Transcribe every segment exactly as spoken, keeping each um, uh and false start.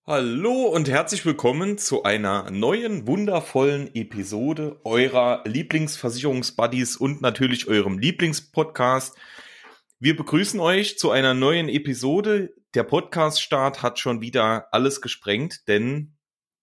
Hallo und herzlich willkommen zu einer neuen, wundervollen Episode eurer Lieblingsversicherungsbuddies und natürlich eurem Lieblingspodcast. Wir begrüßen euch zu einer neuen Episode. Der Podcast-Start hat schon wieder alles gesprengt, denn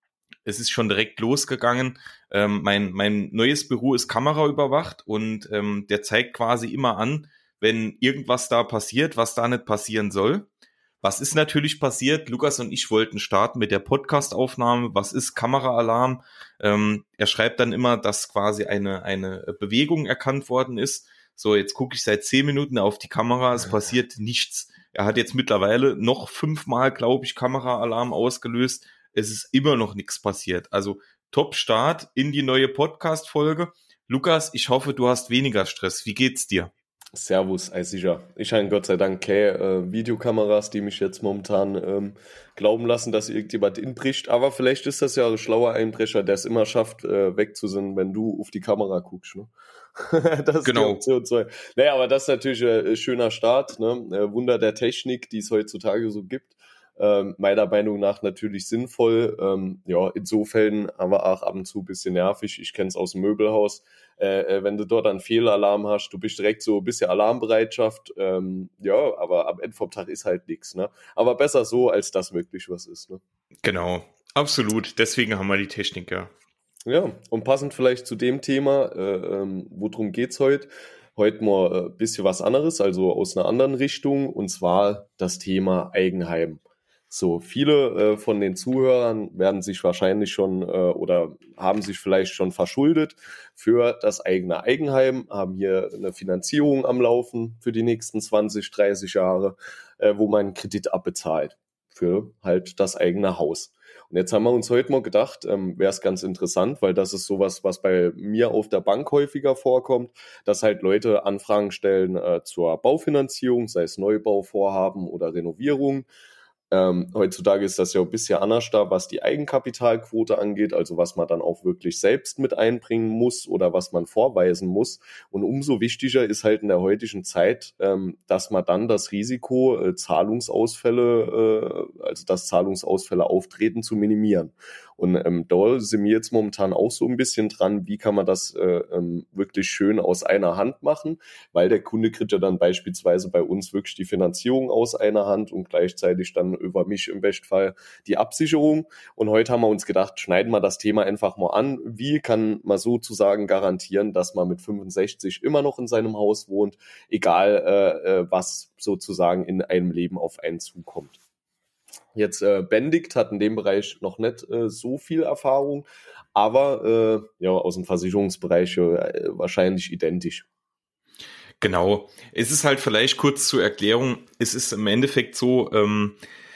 es ist schon direkt losgegangen. Ähm, mein, mein neues Büro ist kameraüberwacht und ähm, der zeigt quasi immer an, wenn irgendwas da passiert, was da nicht passieren soll. Was ist natürlich passiert? Lukas und ich wollten starten mit der Podcast-Aufnahme. Was ist Kameraalarm? Ähm, er schreibt dann immer, dass quasi eine, eine Bewegung erkannt worden ist. So, jetzt gucke ich seit zehn Minuten auf die Kamera, es passiert nichts. Er hat jetzt mittlerweile noch fünfmal, glaube ich, Kameraalarm ausgelöst. Es ist immer noch nichts passiert. Also Top-Start in die neue Podcast-Folge. Lukas, ich hoffe, du hast weniger Stress. Wie geht's dir? Servus, ei sicher. Ich habe Gott sei Dank keine äh, Videokameras, die mich jetzt momentan ähm, glauben lassen, dass irgendjemand inbricht. Aber vielleicht ist das ja ein schlauer Einbrecher, der es immer schafft, äh, wegzusehen, wenn du auf die Kamera guckst. Ne? Das ist Genau. Die Option zwei. Naja, aber das ist natürlich ein schöner Start. Ne? Äh, Wunder der Technik, die es heutzutage so gibt. Ähm, meiner Meinung nach natürlich sinnvoll. Ähm, ja, insofern aber auch ab und zu ein bisschen nervig. Ich kenne es aus dem Möbelhaus. Äh, wenn du dort einen Fehlalarm hast, du bist direkt so ein bisschen Alarmbereitschaft. Ähm, ja, aber am Ende vom Tag ist halt nichts. Ne? Aber besser so, als dass wirklich was ist. Ne? Genau, absolut. Deswegen haben wir die Technik, ja. Ja, und passend vielleicht zu dem Thema, äh, ähm, worum geht's heute? Heute mal ein bisschen was anderes, also aus einer anderen Richtung, und zwar das Thema Eigenheim. So, viele äh, von den Zuhörern werden sich wahrscheinlich schon äh, oder haben sich vielleicht schon verschuldet für das eigene Eigenheim, haben hier eine Finanzierung am Laufen für die nächsten zwanzig, dreißig Jahre, äh, wo man einen Kredit abbezahlt für halt das eigene Haus. Und jetzt haben wir uns heute mal gedacht, ähm, wäre es ganz interessant, weil das ist sowas, was bei mir auf der Bank häufiger vorkommt, dass halt Leute Anfragen stellen äh, zur Baufinanzierung, sei es Neubauvorhaben oder Renovierung. Ähm, heutzutage ist das ja ein bisschen anders da, was die Eigenkapitalquote angeht, also was man dann auch wirklich selbst mit einbringen muss oder was man vorweisen muss. Und umso wichtiger ist halt in der heutigen Zeit, ähm, dass man dann das Risiko, äh, Zahlungsausfälle, äh, also dass Zahlungsausfälle auftreten, zu minimieren. Und ähm, da sind wir jetzt momentan auch so ein bisschen dran, wie kann man das äh, ähm, wirklich schön aus einer Hand machen, weil der Kunde kriegt ja dann beispielsweise bei uns wirklich die Finanzierung aus einer Hand und gleichzeitig dann über mich im Bestfall die Absicherung. Und heute haben wir uns gedacht, schneiden wir das Thema einfach mal an. Wie kann man sozusagen garantieren, dass man mit fünfundsechzig immer noch in seinem Haus wohnt, egal äh, was sozusagen in einem Leben auf einen zukommt? Jetzt äh, Bendigt hat in dem Bereich noch nicht äh, so viel Erfahrung, aber äh, ja, aus dem Versicherungsbereich äh, wahrscheinlich identisch. Genau. Es ist halt vielleicht kurz zur Erklärung, es ist im Endeffekt so, ähm,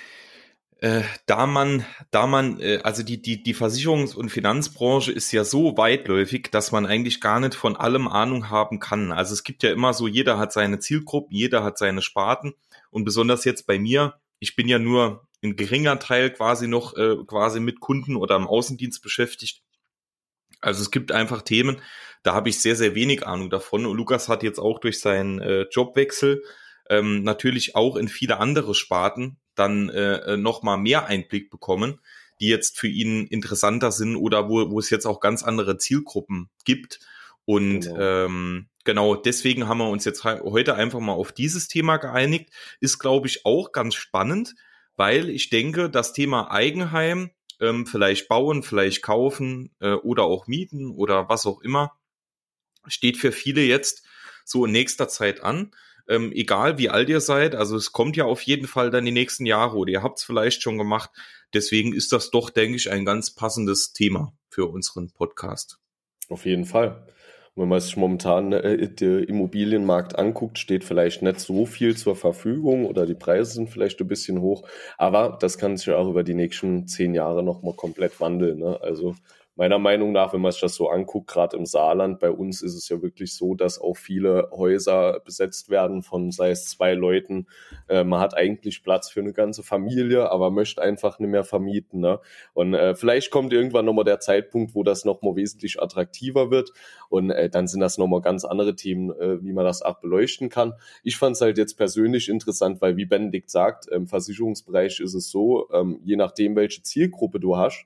äh, da man, da man, äh, also die, die, die Versicherungs- und Finanzbranche ist ja so weitläufig, dass man eigentlich gar nicht von allem Ahnung haben kann. Also es gibt ja immer so, jeder hat seine Zielgruppen, jeder hat seine Sparten und besonders jetzt bei mir, ich bin ja nur ein geringer Teil quasi noch äh, quasi mit Kunden oder im Außendienst beschäftigt. Also es gibt einfach Themen, da habe ich sehr, sehr wenig Ahnung davon. Und Lukas hat jetzt auch durch seinen äh, Jobwechsel ähm, natürlich auch in viele andere Sparten dann äh, nochmal mehr Einblick bekommen, die jetzt für ihn interessanter sind oder wo, wo es jetzt auch ganz andere Zielgruppen gibt. Und Genau. ähm, genau deswegen haben wir uns jetzt heute einfach mal auf dieses Thema geeinigt. Ist, glaube ich, auch ganz spannend, weil ich denke, das Thema Eigenheim, ähm, vielleicht bauen, vielleicht kaufen äh, oder auch mieten oder was auch immer, steht für viele jetzt so in nächster Zeit an. Ähm, egal wie alt ihr seid, also es kommt ja auf jeden Fall dann die nächsten Jahre oder ihr habt es vielleicht schon gemacht. Deswegen ist das doch, denke ich, ein ganz passendes Thema für unseren Podcast. Auf jeden Fall. Und wenn man sich momentan äh, den Immobilienmarkt anguckt, steht vielleicht nicht so viel zur Verfügung oder die Preise sind vielleicht ein bisschen hoch, aber das kann sich ja auch über die nächsten zehn Jahre nochmal komplett wandeln. Ne? Also meiner Meinung nach, wenn man sich das so anguckt, gerade im Saarland, bei uns ist es ja wirklich so, dass auch viele Häuser besetzt werden von, sei es zwei Leuten. Äh, man hat eigentlich Platz für eine ganze Familie, aber möchte einfach nicht mehr vermieten. Ne? Und äh, vielleicht kommt irgendwann nochmal der Zeitpunkt, wo das nochmal wesentlich attraktiver wird. Und äh, dann sind das nochmal ganz andere Themen, äh, wie man das auch beleuchten kann. Ich fand es halt jetzt persönlich interessant, weil wie Benedikt sagt, im Versicherungsbereich ist es so, ähm, je nachdem, welche Zielgruppe du hast,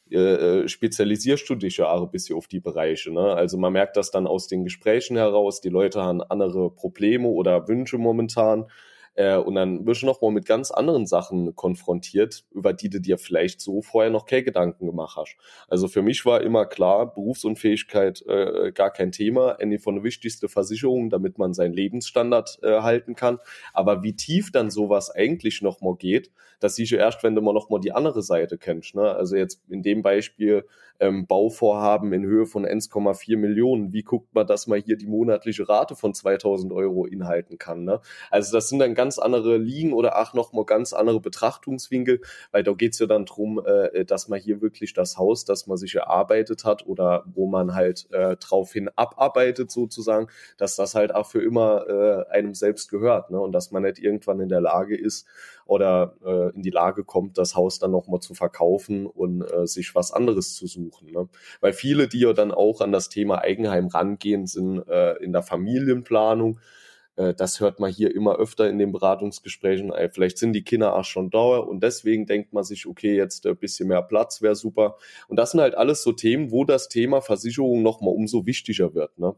äh, spezialisierst du dich ja auch ein bisschen auf die Bereiche. Ne? Also man merkt das dann aus den Gesprächen heraus, die Leute haben andere Probleme oder Wünsche momentan. Äh, und dann wirst du nochmal mit ganz anderen Sachen konfrontiert, über die du dir vielleicht so vorher noch keine Gedanken gemacht hast. Also für mich war immer klar, Berufsunfähigkeit äh, gar kein Thema, eine von der wichtigsten Versicherungen, damit man seinen Lebensstandard äh, halten kann. Aber wie tief dann sowas eigentlich nochmal geht, das siehst du erst, wenn du mal nochmal die andere Seite kennst. Ne? Also jetzt in dem Beispiel ähm, Bauvorhaben in Höhe von eins Komma vier Millionen. Wie guckt man, dass man hier die monatliche Rate von zweitausend Euro inhalten kann? Ne? Also das sind dann ganz andere Ligen oder auch nochmal ganz andere Betrachtungswinkel, weil da geht es ja dann drum, äh, dass man hier wirklich das Haus, das man sich erarbeitet hat oder wo man halt äh, drauf hin abarbeitet sozusagen, dass das halt auch für immer äh, einem selbst gehört, ne? Und dass man nicht irgendwann in der Lage ist oder äh, in die Lage kommt, das Haus dann nochmal zu verkaufen und äh, sich was anderes zu suchen. Ne? Weil viele, die ja dann auch an das Thema Eigenheim rangehen, sind äh, in der Familienplanung. Äh, das hört man hier immer öfter in den Beratungsgesprächen. Äh, vielleicht sind die Kinder auch schon da und deswegen denkt man sich, okay, jetzt ein bisschen mehr Platz wäre super. Und das sind halt alles so Themen, wo das Thema Versicherung nochmal umso wichtiger wird. Ne?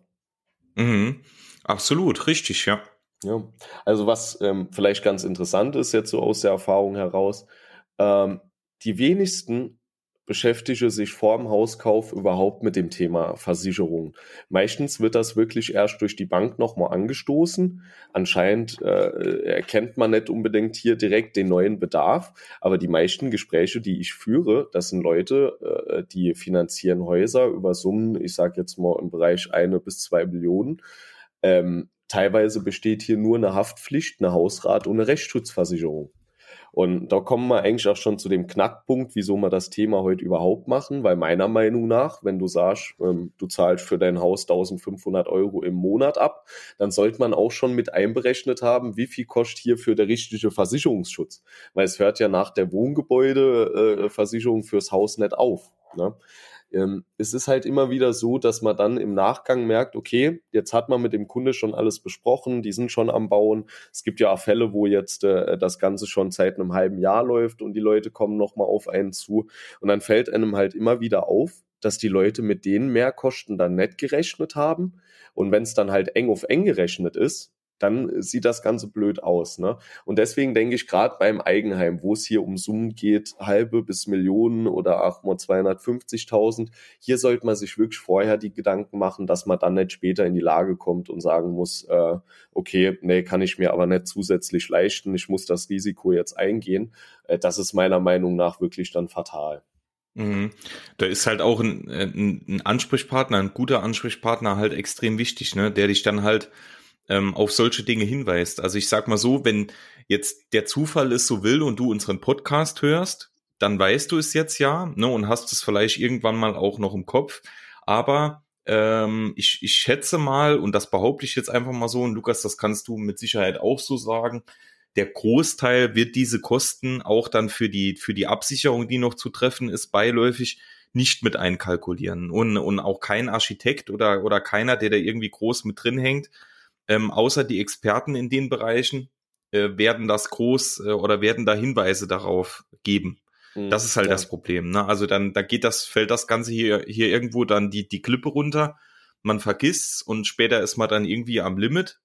Mhm. Absolut, richtig, ja. Ja, also was ähm, vielleicht ganz interessant ist jetzt so aus der Erfahrung heraus, ähm, die wenigsten beschäftigen sich vor dem Hauskauf überhaupt mit dem Thema Versicherung. Meistens wird das wirklich erst durch die Bank nochmal angestoßen. Anscheinend äh, erkennt man nicht unbedingt hier direkt den neuen Bedarf, aber die meisten Gespräche, die ich führe, das sind Leute, äh, die finanzieren Häuser über Summen, ich sage jetzt mal im Bereich eine bis zwei Millionen. Ähm, Teilweise besteht hier nur eine Haftpflicht, eine Hausrat und eine Rechtsschutzversicherung. Und da kommen wir eigentlich auch schon zu dem Knackpunkt, wieso wir das Thema heute überhaupt machen, weil meiner Meinung nach, wenn du sagst, ähm, du zahlst für dein Haus eintausendfünfhundert Euro im Monat ab, dann sollte man auch schon mit einberechnet haben, wie viel kostet hierfür der richtige Versicherungsschutz. Weil es hört ja nach der Wohngebäudeversicherung äh, fürs Haus nicht auf. Ne? Ähm, es ist halt immer wieder so, dass man dann im Nachgang merkt, okay, jetzt hat man mit dem Kunde schon alles besprochen, die sind schon am Bauen. Es gibt ja auch Fälle, wo jetzt äh, das Ganze schon seit einem halben Jahr läuft und die Leute kommen nochmal auf einen zu. Und dann fällt einem halt immer wieder auf, dass die Leute mit den Mehrkosten dann nicht gerechnet haben. Und wenn es dann halt eng auf eng gerechnet ist, dann sieht das Ganze blöd aus. Ne? Und deswegen denke ich, gerade beim Eigenheim, wo es hier um Summen geht, halbe bis Millionen oder auch mal zweihundertfünfzigtausend, hier sollte man sich wirklich vorher die Gedanken machen, dass man dann nicht später in die Lage kommt und sagen muss, äh, okay, nee, kann ich mir aber nicht zusätzlich leisten, ich muss das Risiko jetzt eingehen. Äh, das ist meiner Meinung nach wirklich dann fatal. Mhm. Da ist halt auch ein, ein, ein Ansprechpartner, ein guter Ansprechpartner halt extrem wichtig, ne, der dich dann halt ähm, auf solche Dinge hinweist. Also ich sag mal so, wenn jetzt der Zufall es so will und du unseren Podcast hörst, dann weißt du es jetzt ja, ne, und hast es vielleicht irgendwann mal auch noch im Kopf. Aber ähm, ich, ich schätze mal, und das behaupte ich jetzt einfach mal so, und Lukas, das kannst du mit Sicherheit auch so sagen, der Großteil wird diese Kosten auch dann für die, für die Absicherung, die noch zu treffen ist, beiläufig nicht mit einkalkulieren. Und, und auch kein Architekt oder, oder keiner, der da irgendwie groß mit drin hängt, ähm, außer die Experten in den Bereichen, äh, werden das groß äh, oder werden da Hinweise darauf geben. Mhm, das ist halt ja. das Problem. Ne? Also dann, da geht das, fällt das Ganze hier, hier irgendwo dann die, die Klippe runter. Man vergisst und später ist man dann irgendwie am Limit.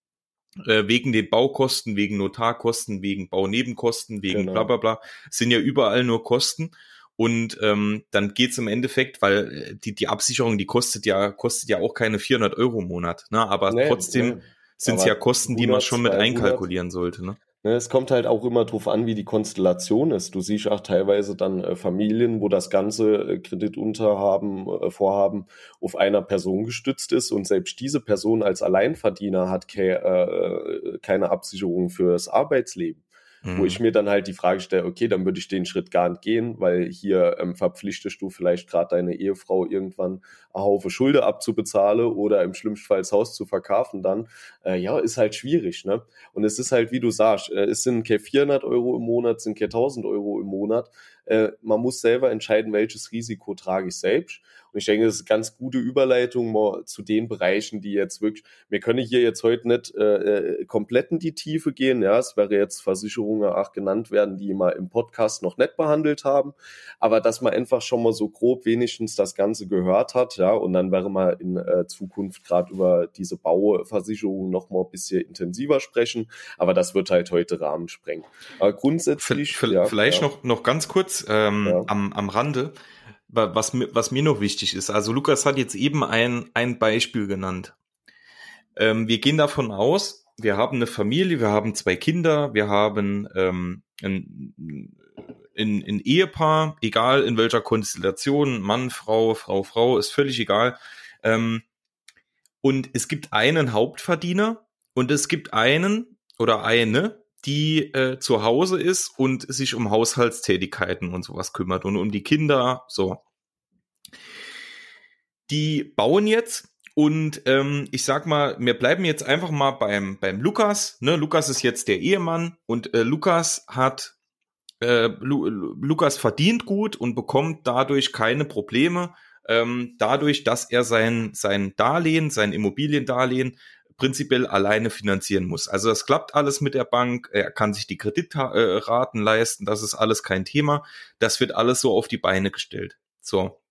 Äh, wegen den Baukosten, wegen Notarkosten, wegen Baunebenkosten, wegen genau. bla bla bla. Es sind ja überall nur Kosten. Und ähm, dann geht's im Endeffekt, weil die die Absicherung, die kostet ja kostet ja auch keine vierhundert Euro im Monat, ne? Aber nee, trotzdem nee. sind es ja Kosten, hundert, die man schon mit zweihundert einkalkulieren sollte, ne? Es kommt halt auch immer drauf an, wie die Konstellation ist. Du siehst auch teilweise dann äh, Familien, wo das ganze äh, Kreditunterhaben, äh, Vorhaben auf einer Person gestützt ist und selbst diese Person als Alleinverdiener hat ke- äh, keine Absicherung fürs Arbeitsleben. Mhm. Wo ich mir dann halt die Frage stelle, okay, dann würde ich den Schritt gar nicht gehen, weil hier ähm, verpflichtest du vielleicht gerade deine Ehefrau irgendwann einen Haufen Schulden abzubezahlen oder im schlimmsten Fall das Haus zu verkaufen dann. Äh, ja, ist halt schwierig, ne? Und es ist halt, wie du sagst, äh, es sind keine vierhundert Euro im Monat, es sind keine tausend Euro im Monat. Äh, man muss selber entscheiden, welches Risiko trage ich selbst. Und ich denke, das ist eine ganz gute Überleitung mal zu den Bereichen, die jetzt wirklich, wir können hier jetzt heute nicht äh, komplett in die Tiefe gehen. Ja, es wäre jetzt Versicherungen auch genannt werden, die wir im Podcast noch nicht behandelt haben. Aber dass man einfach schon mal so grob wenigstens das Ganze gehört hat, ja, und dann werden wir in äh, Zukunft gerade über diese Bauversicherung noch mal ein bisschen intensiver sprechen. Aber das wird halt heute Rahmen sprengen. Aber grundsätzlich. V- v- ja, vielleicht ja. noch, noch ganz kurz ähm, ja. am, am Rande. Was mir, was mir noch wichtig ist, also Lukas hat jetzt eben ein, ein Beispiel genannt. Ähm, wir gehen davon aus, wir haben eine Familie, wir haben zwei Kinder, wir haben ähm, ein, ein, ein Ehepaar, egal in welcher Konstellation, Mann, Frau, Frau, Frau, ist völlig egal. Ähm, und es gibt einen Hauptverdiener und es gibt einen oder eine, die äh, zu Hause ist und sich um Haushaltstätigkeiten und sowas kümmert und um die Kinder, so. Die bauen jetzt und ähm, ich sag mal, wir bleiben jetzt einfach mal beim, beim Lukas. Ne? Lukas ist jetzt der Ehemann und äh, Lukas hat, äh, Lu Lukas verdient gut und bekommt dadurch keine Probleme, ähm, dadurch, dass er sein, sein Darlehen, sein Immobiliendarlehen prinzipiell alleine finanzieren muss. Also das klappt alles mit der Bank, er kann sich die Kreditraten leisten, das ist alles kein Thema, das wird alles so auf die Beine gestellt. So.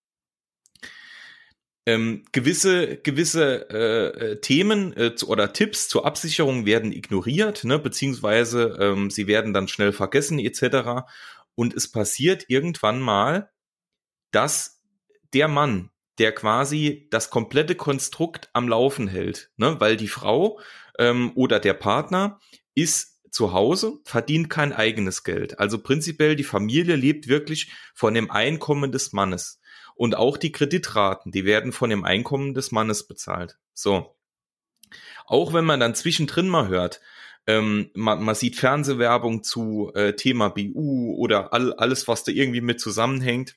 Ähm, gewisse gewisse äh, Themen äh, zu, oder Tipps zur Absicherung werden ignoriert, ne, beziehungsweise ähm, sie werden dann schnell vergessen et cetera. Und es passiert irgendwann mal, dass der Mann, der quasi das komplette Konstrukt am Laufen hält, ne, weil die Frau ähm, oder der Partner ist zu Hause, verdient kein eigenes Geld. Also prinzipiell die Familie lebt wirklich von dem Einkommen des Mannes. Und auch die Kreditraten, die werden von dem Einkommen des Mannes bezahlt. So. Auch wenn man dann zwischendrin mal hört, ähm, man, man sieht Fernsehwerbung zu äh, Thema B U oder all, alles, was da irgendwie mit zusammenhängt,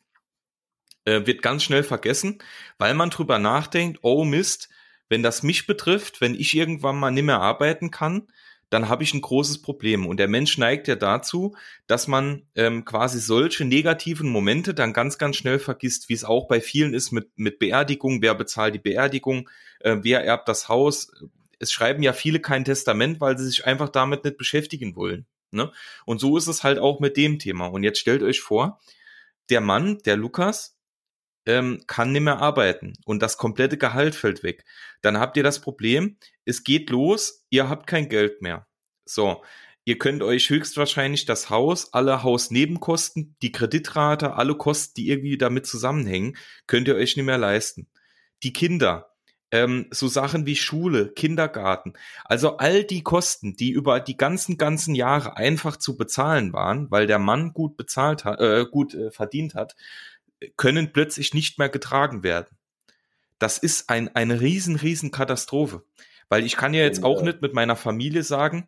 äh, wird ganz schnell vergessen, weil man drüber nachdenkt, oh Mist, wenn das mich betrifft, wenn ich irgendwann mal nicht mehr arbeiten kann, dann habe ich ein großes Problem. Und der Mensch neigt ja dazu, dass man ähm, quasi solche negativen Momente dann ganz, ganz schnell vergisst, wie es auch bei vielen ist mit, mit Beerdigung. Wer bezahlt die Beerdigung? Äh, wer erbt das Haus? Es schreiben ja viele kein Testament, weil sie sich einfach damit nicht beschäftigen wollen. Ne? Und so ist es halt auch mit dem Thema. Und jetzt stellt euch vor, der Mann, der Lukas, ähm, kann nicht mehr arbeiten und das komplette Gehalt fällt weg. Dann habt ihr das Problem, es geht los, ihr habt kein Geld mehr. So, ihr könnt euch höchstwahrscheinlich das Haus, alle Hausnebenkosten, die Kreditrate, alle Kosten, die irgendwie damit zusammenhängen, könnt ihr euch nicht mehr leisten. Die Kinder, ähm, so Sachen wie Schule, Kindergarten, also all die Kosten, die über die ganzen, ganzen Jahre einfach zu bezahlen waren, weil der Mann gut bezahlt hat, äh, gut äh, verdient hat, können plötzlich nicht mehr getragen werden. Das ist ein, eine riesen, riesen Katastrophe. Weil ich kann ja jetzt auch nicht mit meiner Familie sagen,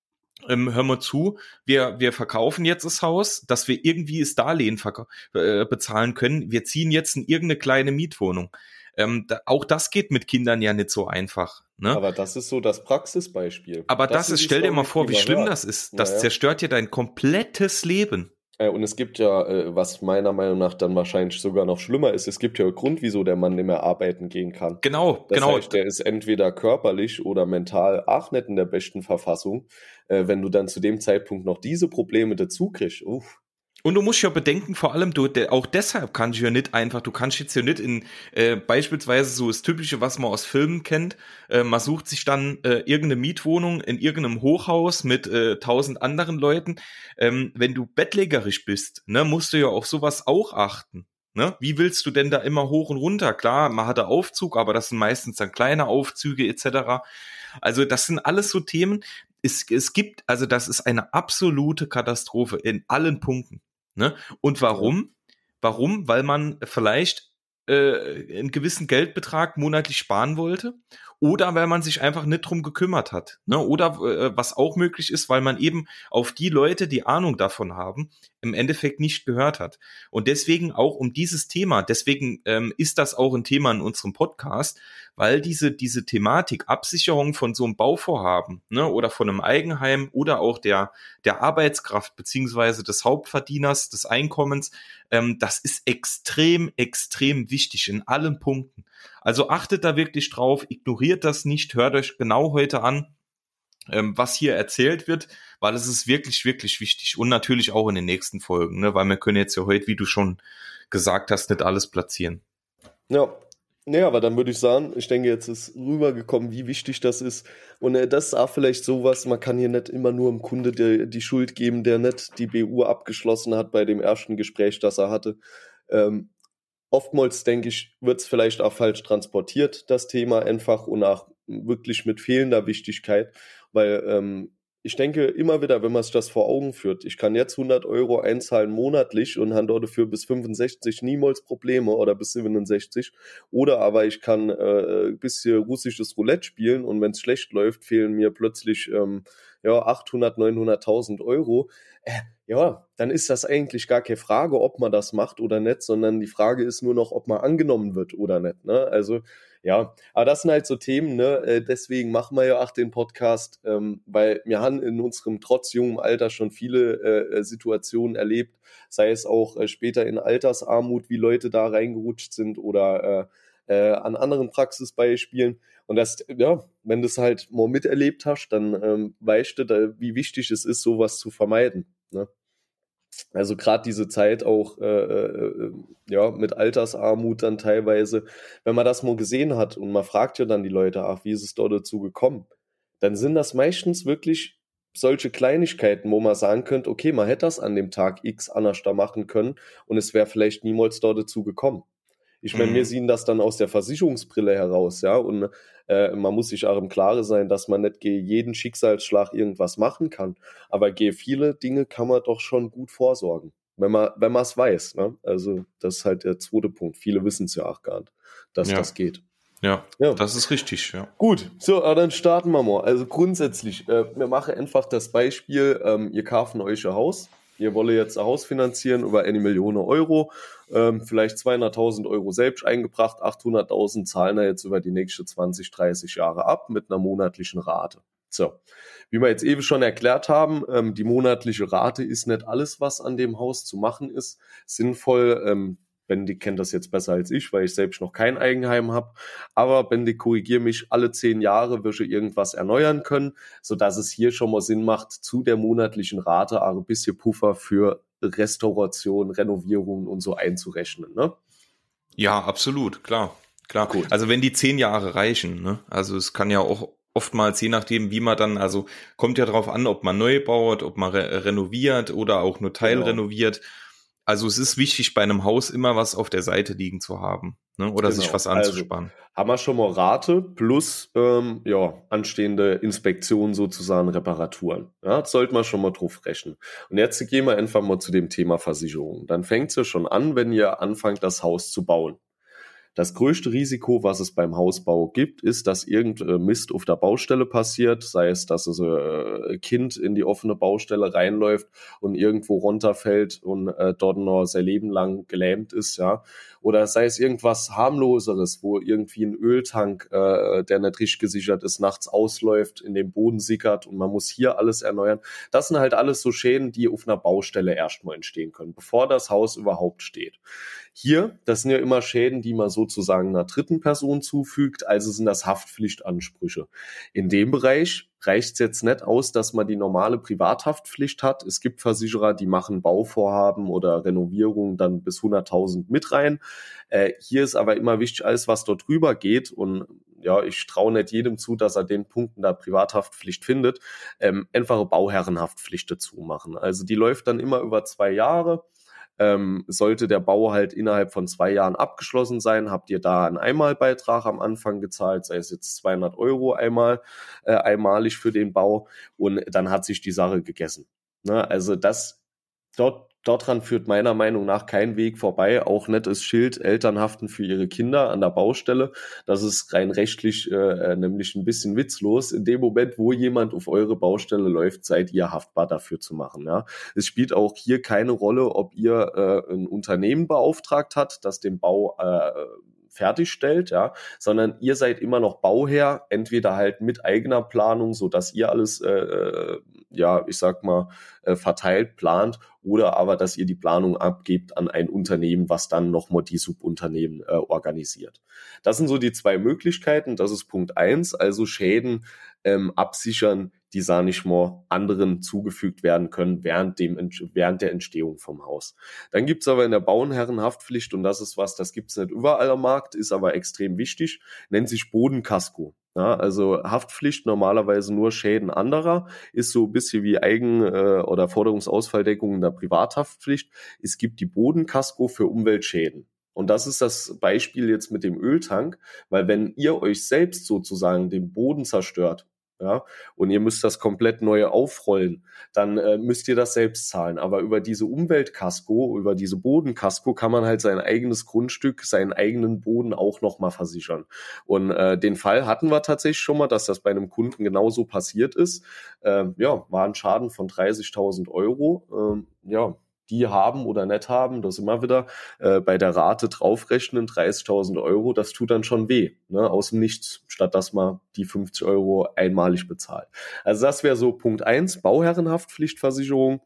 ähm, hör mal zu, wir, wir verkaufen jetzt das Haus, dass wir irgendwie das Darlehen äh, bezahlen können. Wir ziehen jetzt in irgendeine kleine Mietwohnung. Ähm, da, auch das geht mit Kindern ja nicht so einfach. Ne? Aber das ist so das Praxisbeispiel. Aber das, das ist, stell dir mal vor, wie schlimm hört. das ist. Das naja. zerstört dir dein komplettes Leben. Und es gibt ja, was meiner Meinung nach dann wahrscheinlich sogar noch schlimmer ist, es gibt ja einen Grund, wieso der Mann nicht mehr arbeiten gehen kann. Genau, das genau. Heißt, der ist entweder körperlich oder mental auch nicht in der besten Verfassung. Wenn du dann zu dem Zeitpunkt noch diese Probleme dazu kriegst, uff. Und du musst ja bedenken, vor allem, du, de, auch deshalb kannst du ja nicht einfach, du kannst jetzt ja nicht in, äh, beispielsweise so das Typische, was man aus Filmen kennt, äh, man sucht sich dann äh, irgendeine Mietwohnung in irgendeinem Hochhaus mit äh, tausend anderen Leuten. Ähm, wenn du bettlägerisch bist, ne, musst du ja auf sowas auch achten. Ne? Wie willst du denn da immer hoch und runter? Klar, man hat da Aufzug, aber das sind meistens dann kleine Aufzüge et cetera. Also das sind alles so Themen, es, es gibt, also das ist eine absolute Katastrophe in allen Punkten. Ne? Und warum? Warum? Weil man vielleicht äh, einen gewissen Geldbetrag monatlich sparen wollte oder weil man sich einfach nicht drum gekümmert hat. Ne? Oder äh, was auch möglich ist, weil man eben auf die Leute, die Ahnung davon haben, im Endeffekt nicht gehört hat. Und deswegen auch um dieses Thema, deswegen ähm, ist das auch ein Thema in unserem Podcast, weil diese, diese Thematik Absicherung von so einem Bauvorhaben, ne, oder von einem Eigenheim oder auch der, der Arbeitskraft beziehungsweise des Hauptverdieners, des Einkommens, ähm, das ist extrem, extrem wichtig in allen Punkten. Also achtet da wirklich drauf, ignoriert das nicht, hört euch genau heute an, ähm, was hier erzählt wird, weil es ist wirklich, wirklich wichtig und natürlich auch in den nächsten Folgen, ne, weil wir können jetzt ja heute, wie du schon gesagt hast, nicht alles platzieren. Ja. Ja, aber dann würde ich sagen, ich denke, jetzt ist rübergekommen, wie wichtig das ist. Und äh, das ist auch vielleicht sowas, man kann hier nicht immer nur dem Kunde die, die Schuld geben, der nicht die B U abgeschlossen hat bei dem ersten Gespräch, das er hatte. Ähm, oftmals, denke ich, wird es vielleicht auch falsch transportiert, das Thema einfach und auch wirklich mit fehlender Wichtigkeit, weil ähm, ich denke immer wieder, wenn man sich das vor Augen führt, ich kann jetzt hundert Euro einzahlen monatlich und habe dafür bis fünfundsechzig niemals Probleme oder bis siebenundsechzig. Oder aber ich kann äh, ein bisschen russisches Roulette spielen und wenn es schlecht läuft, fehlen mir plötzlich ähm, ja, achthundert, neunhunderttausend Euro. Äh, ja, dann ist das eigentlich gar keine Frage, ob man das macht oder nicht, sondern die Frage ist nur noch, ob man angenommen wird oder nicht. Ne? Also ja, aber das sind halt so Themen, ne? Deswegen machen wir ja auch den Podcast, ähm, weil wir haben in unserem trotz jungem Alter schon viele äh, Situationen erlebt, sei es auch äh, später in Altersarmut, wie Leute da reingerutscht sind oder äh, äh, an anderen Praxisbeispielen. Und das, ja, wenn du es halt mal miterlebt hast, dann ähm, weißt du, da, wie wichtig es ist, sowas zu vermeiden. Ne? Also gerade diese Zeit auch äh, äh, ja mit Altersarmut dann teilweise, wenn man das mal gesehen hat und man fragt ja dann die Leute, ach, wie ist es dort dazu gekommen, dann sind das meistens wirklich solche Kleinigkeiten, wo man sagen könnte, okay, man hätte das an dem Tag X anders da machen können und es wäre vielleicht niemals dort dazu gekommen. Ich meine, wir Mhm. sehen das dann aus der Versicherungsbrille heraus, ja, und äh, man muss sich auch im Klaren sein, dass man nicht gegen jeden Schicksalsschlag irgendwas machen kann, aber gegen viele Dinge kann man doch schon gut vorsorgen, wenn man wenn man es weiß, ne? Also das ist halt der zweite Punkt. Viele wissen es ja auch gar nicht, dass Ja, das geht. ja, Ja. das ist richtig, ja. Gut, so, aber dann starten wir mal. Also grundsätzlich, äh, wir machen einfach das Beispiel, ähm, ihr kaufen euch ein Haus, ihr wollt jetzt ein Haus finanzieren über eine Million Euro, ähm, vielleicht zweihunderttausend Euro selbst eingebracht, achthunderttausend zahlen wir jetzt über die nächsten zwanzig, dreißig Jahre ab mit einer monatlichen Rate. So, wie wir jetzt eben schon erklärt haben, ähm, die monatliche Rate ist nicht alles, was an dem Haus zu machen ist. Sinnvoll, ähm, Bendik kennt das jetzt besser als ich, weil ich selbst noch kein Eigenheim habe. Aber Bendik, korrigiere mich, alle zehn Jahre wirst du irgendwas erneuern können, sodass es hier schon mal Sinn macht, zu der monatlichen Rate auch ein bisschen Puffer für Restauration, Renovierungen und so einzurechnen. Ne? Ja, absolut, klar, klar. Gut. Also wenn die zehn Jahre reichen, ne? Also es kann ja auch oftmals, je nachdem, wie man dann, also kommt ja darauf an, ob man neu baut, ob man re renoviert oder auch nur teilrenoviert. Also es ist wichtig, bei einem Haus immer was auf der Seite liegen zu haben, ne? Oder Genau. sich was anzusparen. Also, haben wir schon mal Rate plus ähm, ja, anstehende Inspektionen, sozusagen Reparaturen. Ja, das sollte man schon mal drauf rechnen. Und jetzt gehen wir einfach mal zu dem Thema Versicherung. Dann fängt es ja schon an, wenn ihr anfangt, das Haus zu bauen. Das größte Risiko, was es beim Hausbau gibt, ist, dass irgendein Mist auf der Baustelle passiert, sei es, dass es ein Kind in die offene Baustelle reinläuft und irgendwo runterfällt und äh, dort noch sein Leben lang gelähmt ist, ja. Oder sei es irgendwas harmloseres, wo irgendwie ein Öltank, äh, der nicht richtig gesichert ist, nachts ausläuft, in den Boden sickert und man muss hier alles erneuern. Das sind halt alles so Schäden, die auf einer Baustelle erstmal entstehen können, bevor das Haus überhaupt steht. Hier, das sind ja immer Schäden, die man sozusagen einer dritten Person zufügt, also sind das Haftpflichtansprüche. In dem Bereich reicht es jetzt nicht aus, dass man die normale Privathaftpflicht hat. Es gibt Versicherer, die machen Bauvorhaben oder Renovierungen dann bis hunderttausend mit rein. Äh, hier ist aber immer wichtig, alles was dort drüber geht und ja, ich traue nicht jedem zu, dass er den Punkten da Privathaftpflicht findet, ähm, einfache Bauherrenhaftpflicht dazu machen. Also die läuft dann immer über zwei Jahre. Ähm, sollte der Bau halt innerhalb von zwei Jahren abgeschlossen sein, habt ihr da einen Einmalbeitrag am Anfang gezahlt, sei es jetzt zweihundert Euro einmal, äh, einmalig für den Bau und dann hat sich die Sache gegessen. Ne? Also das, dort Daran führt meiner Meinung nach kein Weg vorbei, auch nicht das Schild Eltern haften für ihre Kinder an der Baustelle. Das ist rein rechtlich äh, nämlich ein bisschen witzlos. In dem Moment, wo jemand auf eure Baustelle läuft, seid ihr haftbar dafür zu machen. Ja? Es spielt auch hier keine Rolle, ob ihr äh, ein Unternehmen beauftragt habt, das den Bau äh, fertigstellt, ja, sondern ihr seid immer noch Bauherr, entweder halt mit eigener Planung, so dass ihr alles, äh, ja, ich sag mal, äh, verteilt plant, oder aber, dass ihr die Planung abgebt an ein Unternehmen, was dann nochmal die Subunternehmen äh, organisiert. Das sind so die zwei Möglichkeiten. Das ist Punkt eins, also Schäden ähm, absichern, die, sag ich mal, anderen zugefügt werden können während, dem, während der Entstehung vom Haus. Dann gibt's aber in der Bauherrenhaftpflicht, und das ist was, das gibt's nicht überall am Markt, ist aber extrem wichtig, nennt sich Bodenkasko. Ja, also Haftpflicht normalerweise nur Schäden anderer, ist so ein bisschen wie Eigen- äh, oder Forderungsausfalldeckung in der Privathaftpflicht. Es gibt die Bodenkasko für Umweltschäden. Und das ist das Beispiel jetzt mit dem Öltank, weil wenn ihr euch selbst sozusagen den Boden zerstört, ja, und ihr müsst das komplett neu aufrollen, dann äh, müsst ihr das selbst zahlen. Aber über diese Umweltkasko, über diese Bodenkasko kann man halt sein eigenes Grundstück, seinen eigenen Boden auch nochmal versichern. Und äh, den Fall hatten wir tatsächlich schon mal, dass das bei einem Kunden genauso passiert ist. Äh, ja, war ein Schaden von dreißigtausend Euro. Äh, ja, die haben oder nicht haben, das immer wieder äh, bei der Rate draufrechnen, dreißigtausend Euro, das tut dann schon weh, ne, aus dem Nichts, statt dass man die fünfzig Euro einmalig bezahlt. Also das wäre so Punkt eins, Bauherrenhaftpflichtversicherung,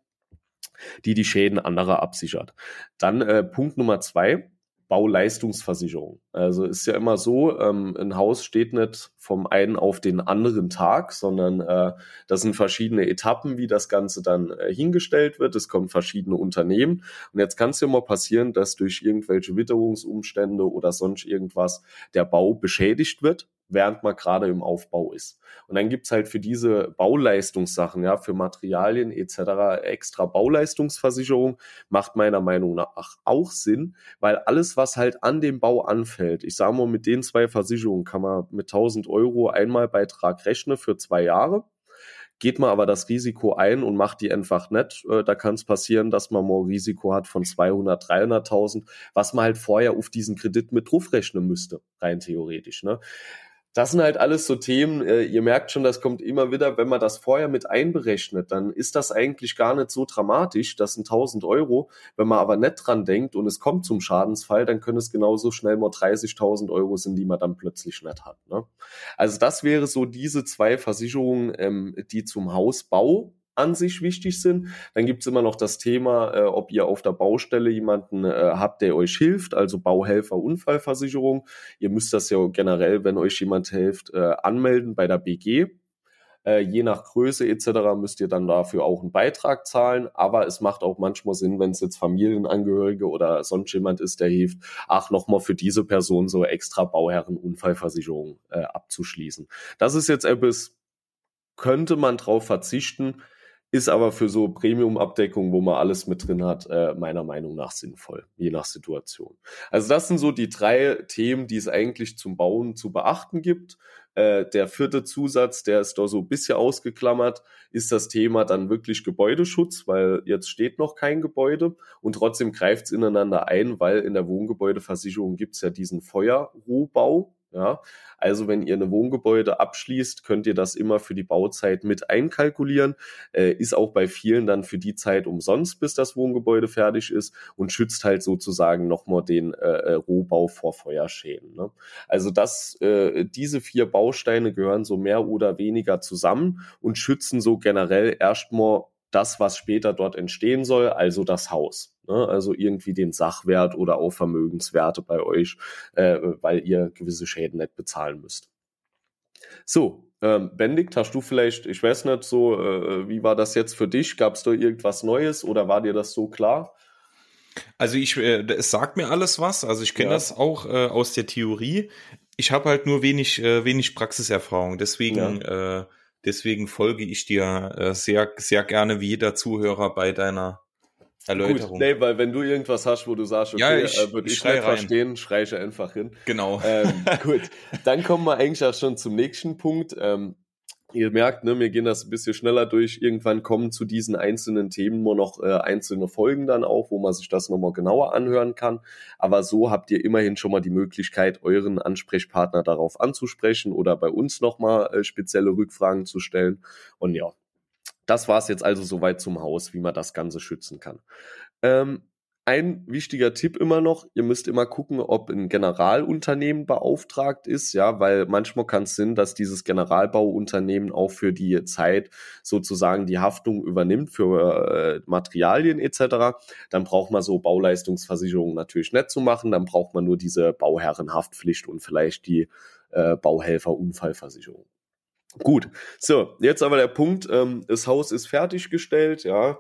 die die Schäden anderer absichert. Dann äh, Punkt Nummer zwei, Bauleistungsversicherung. Also ist ja immer so, ähm, ein Haus steht nicht vom einen auf den anderen Tag, sondern äh, das sind verschiedene Etappen, wie das Ganze dann äh, hingestellt wird. Es kommen verschiedene Unternehmen. Und jetzt kann es ja mal passieren, dass durch irgendwelche Witterungsumstände oder sonst irgendwas der Bau beschädigt wird, während man gerade im Aufbau ist. Und dann gibt's halt für diese Bauleistungssachen, ja, für Materialien et cetera extra Bauleistungsversicherung, macht meiner Meinung nach auch Sinn, weil alles, was halt an dem Bau anfällt, ich sage mal, mit den zwei Versicherungen kann man mit tausend Euro Einmalbeitrag rechnen für zwei Jahre. Geht man aber das Risiko ein und macht die einfach nicht, äh, da kann es passieren, dass man mal ein Risiko hat von zweihundert, dreihunderttausend, was man halt vorher auf diesen Kredit mit draufrechnen müsste, rein theoretisch, ne? Das sind halt alles so Themen, äh, ihr merkt schon, das kommt immer wieder, wenn man das vorher mit einberechnet, dann ist das eigentlich gar nicht so dramatisch, das sind tausend Euro. Wenn man aber nicht dran denkt und es kommt zum Schadensfall, dann können es genauso schnell mal dreißigtausend Euro sind, die man dann plötzlich nicht hat, ne? Also das wäre so diese zwei Versicherungen, ähm, die zum Hausbau an sich wichtig sind. Dann gibt's immer noch das Thema, äh, ob ihr auf der Baustelle jemanden äh, habt, der euch hilft, also Bauhelfer, Unfallversicherung. Ihr müsst das ja generell, wenn euch jemand hilft, äh, anmelden bei der B G. Äh, je nach Größe et cetera müsst ihr dann dafür auch einen Beitrag zahlen, aber es macht auch manchmal Sinn, wenn es jetzt Familienangehörige oder sonst jemand ist, der hilft, ach, nochmal für diese Person so extra Bauherren-Unfallversicherung äh, abzuschließen. Das ist jetzt etwas, könnte man drauf verzichten, ist aber für so Premium-Abdeckung, wo man alles mit drin hat, äh, meiner Meinung nach sinnvoll, je nach Situation. Also das sind so die drei Themen, die es eigentlich zum Bauen zu beachten gibt. Äh, der vierte Zusatz, der ist da so ein bisschen ausgeklammert, ist das Thema dann wirklich Gebäudeschutz, weil jetzt steht noch kein Gebäude und trotzdem greift es ineinander ein, weil in der Wohngebäudeversicherung gibt es ja diesen Feuerrohbau. Ja, also wenn ihr eine Wohngebäude abschließt, könnt ihr das immer für die Bauzeit mit einkalkulieren, äh, ist auch bei vielen dann für die Zeit umsonst, bis das Wohngebäude fertig ist und schützt halt sozusagen nochmal den äh, Rohbau vor Feuerschäden, ne? Also das, äh, diese vier Bausteine gehören so mehr oder weniger zusammen und schützen so generell erstmal das, was später dort entstehen soll, also das Haus, ne? Also irgendwie den Sachwert oder auch Vermögenswerte bei euch, äh, weil ihr gewisse Schäden nicht bezahlen müsst. So, ähm, Benedikt, hast du vielleicht, ich weiß nicht so, äh, wie war das jetzt für dich? Gab es da irgendwas Neues oder war dir das so klar? Also ich, äh, es sagt mir alles was, also ich kenne Ja. das auch äh, aus der Theorie. Ich habe halt nur wenig, äh, wenig Praxiserfahrung, deswegen äh, Deswegen folge ich dir äh, sehr, sehr gerne wie jeder Zuhörer bei deiner Erläuterung. Gut, nee, weil wenn du irgendwas hast, wo du sagst, okay, ja, ich, äh, würde ich, ich nicht rein. verstehen, schrei ich einfach hin. Genau. Ähm, gut, dann kommen wir eigentlich auch schon zum nächsten Punkt. Ähm, Ihr merkt, ne, wir gehen das ein bisschen schneller durch. Irgendwann kommen zu diesen einzelnen Themen nur noch äh, einzelne Folgen dann auch, wo man sich das nochmal genauer anhören kann. Aber so habt ihr immerhin schon mal die Möglichkeit, euren Ansprechpartner darauf anzusprechen oder bei uns nochmal äh, spezielle Rückfragen zu stellen. Und ja, das war es jetzt also soweit zum Haus, wie man das Ganze schützen kann. Ähm, Ein wichtiger Tipp immer noch, ihr müsst immer gucken, ob ein Generalunternehmen beauftragt ist, ja, weil manchmal kann es Sinn, dass dieses Generalbauunternehmen auch für die Zeit sozusagen die Haftung übernimmt für äh, Materialien et cetera. Dann braucht man so Bauleistungsversicherungen natürlich nicht zu machen, dann braucht man nur diese Bauherrenhaftpflicht und vielleicht die äh, Bauhelferunfallversicherung. Gut, so, jetzt aber der Punkt, ähm, das Haus ist fertiggestellt, ja,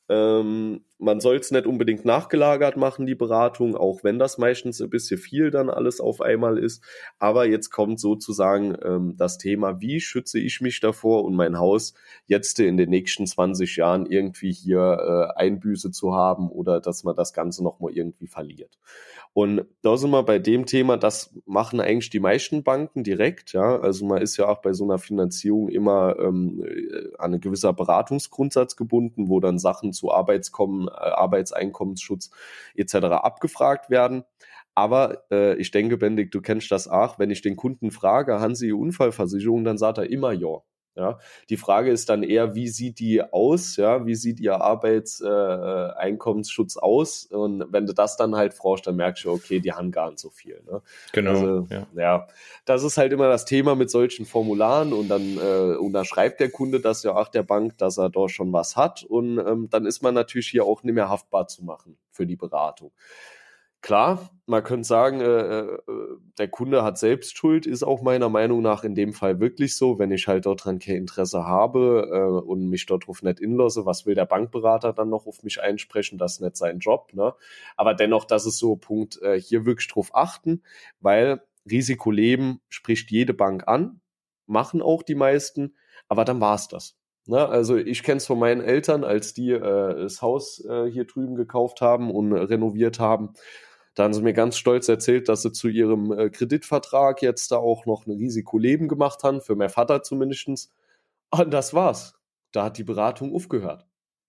ähm, man soll es nicht unbedingt nachgelagert machen, die Beratung, auch wenn das meistens ein bisschen viel dann alles auf einmal ist, aber jetzt kommt sozusagen ähm, das Thema, wie schütze ich mich davor und mein Haus jetzt in den nächsten zwanzig Jahren irgendwie hier äh, Einbüße zu haben oder dass man das Ganze nochmal irgendwie verliert. Und da sind wir bei dem Thema, das machen eigentlich die meisten Banken direkt, ja, also man ist ja auch bei so einer Finanzierung immer ähm, an einen gewisser Beratungsgrundsatz gebunden, wo dann Sachen zu Arbeitskommen, äh, Arbeitseinkommensschutz et cetera abgefragt werden. Aber äh, ich denke, Bendik, du kennst das auch, wenn ich den Kunden frage, haben Sie Unfallversicherung, dann sagt er immer ja. Ja, die Frage ist dann eher, wie sieht die aus? Ja, wie sieht Ihr Arbeitseinkommensschutz äh, aus? Und wenn du das dann halt fragst, dann merkst du, okay, die haben gar nicht so viel. Ne? Genau. Also, ja. ja, das ist halt immer das Thema mit solchen Formularen und dann äh, unterschreibt der Kunde das ja auch der Bank, dass er da schon was hat und ähm, dann ist man natürlich hier auch nicht mehr haftbar zu machen für die Beratung. Klar, man könnte sagen, äh, der Kunde hat selbst Schuld, ist auch meiner Meinung nach in dem Fall wirklich so. Wenn ich halt dort dran kein Interesse habe äh, und mich dort drauf nicht inlasse, was will der Bankberater dann noch auf mich einsprechen? Das ist nicht sein Job. Ne? Aber dennoch, das ist so ein Punkt, äh, hier wirklich drauf achten, weil Risikoleben spricht jede Bank an, machen auch die meisten, aber dann war's das. Ne? Also ich kenne es von meinen Eltern, als die äh, das Haus äh, hier drüben gekauft haben und äh, renoviert haben. Da haben sie mir ganz stolz erzählt, dass sie zu ihrem äh, Kreditvertrag jetzt da auch noch ein Risikoleben gemacht haben, für meinen Vater zumindest. Und das war's. Da hat die Beratung aufgehört.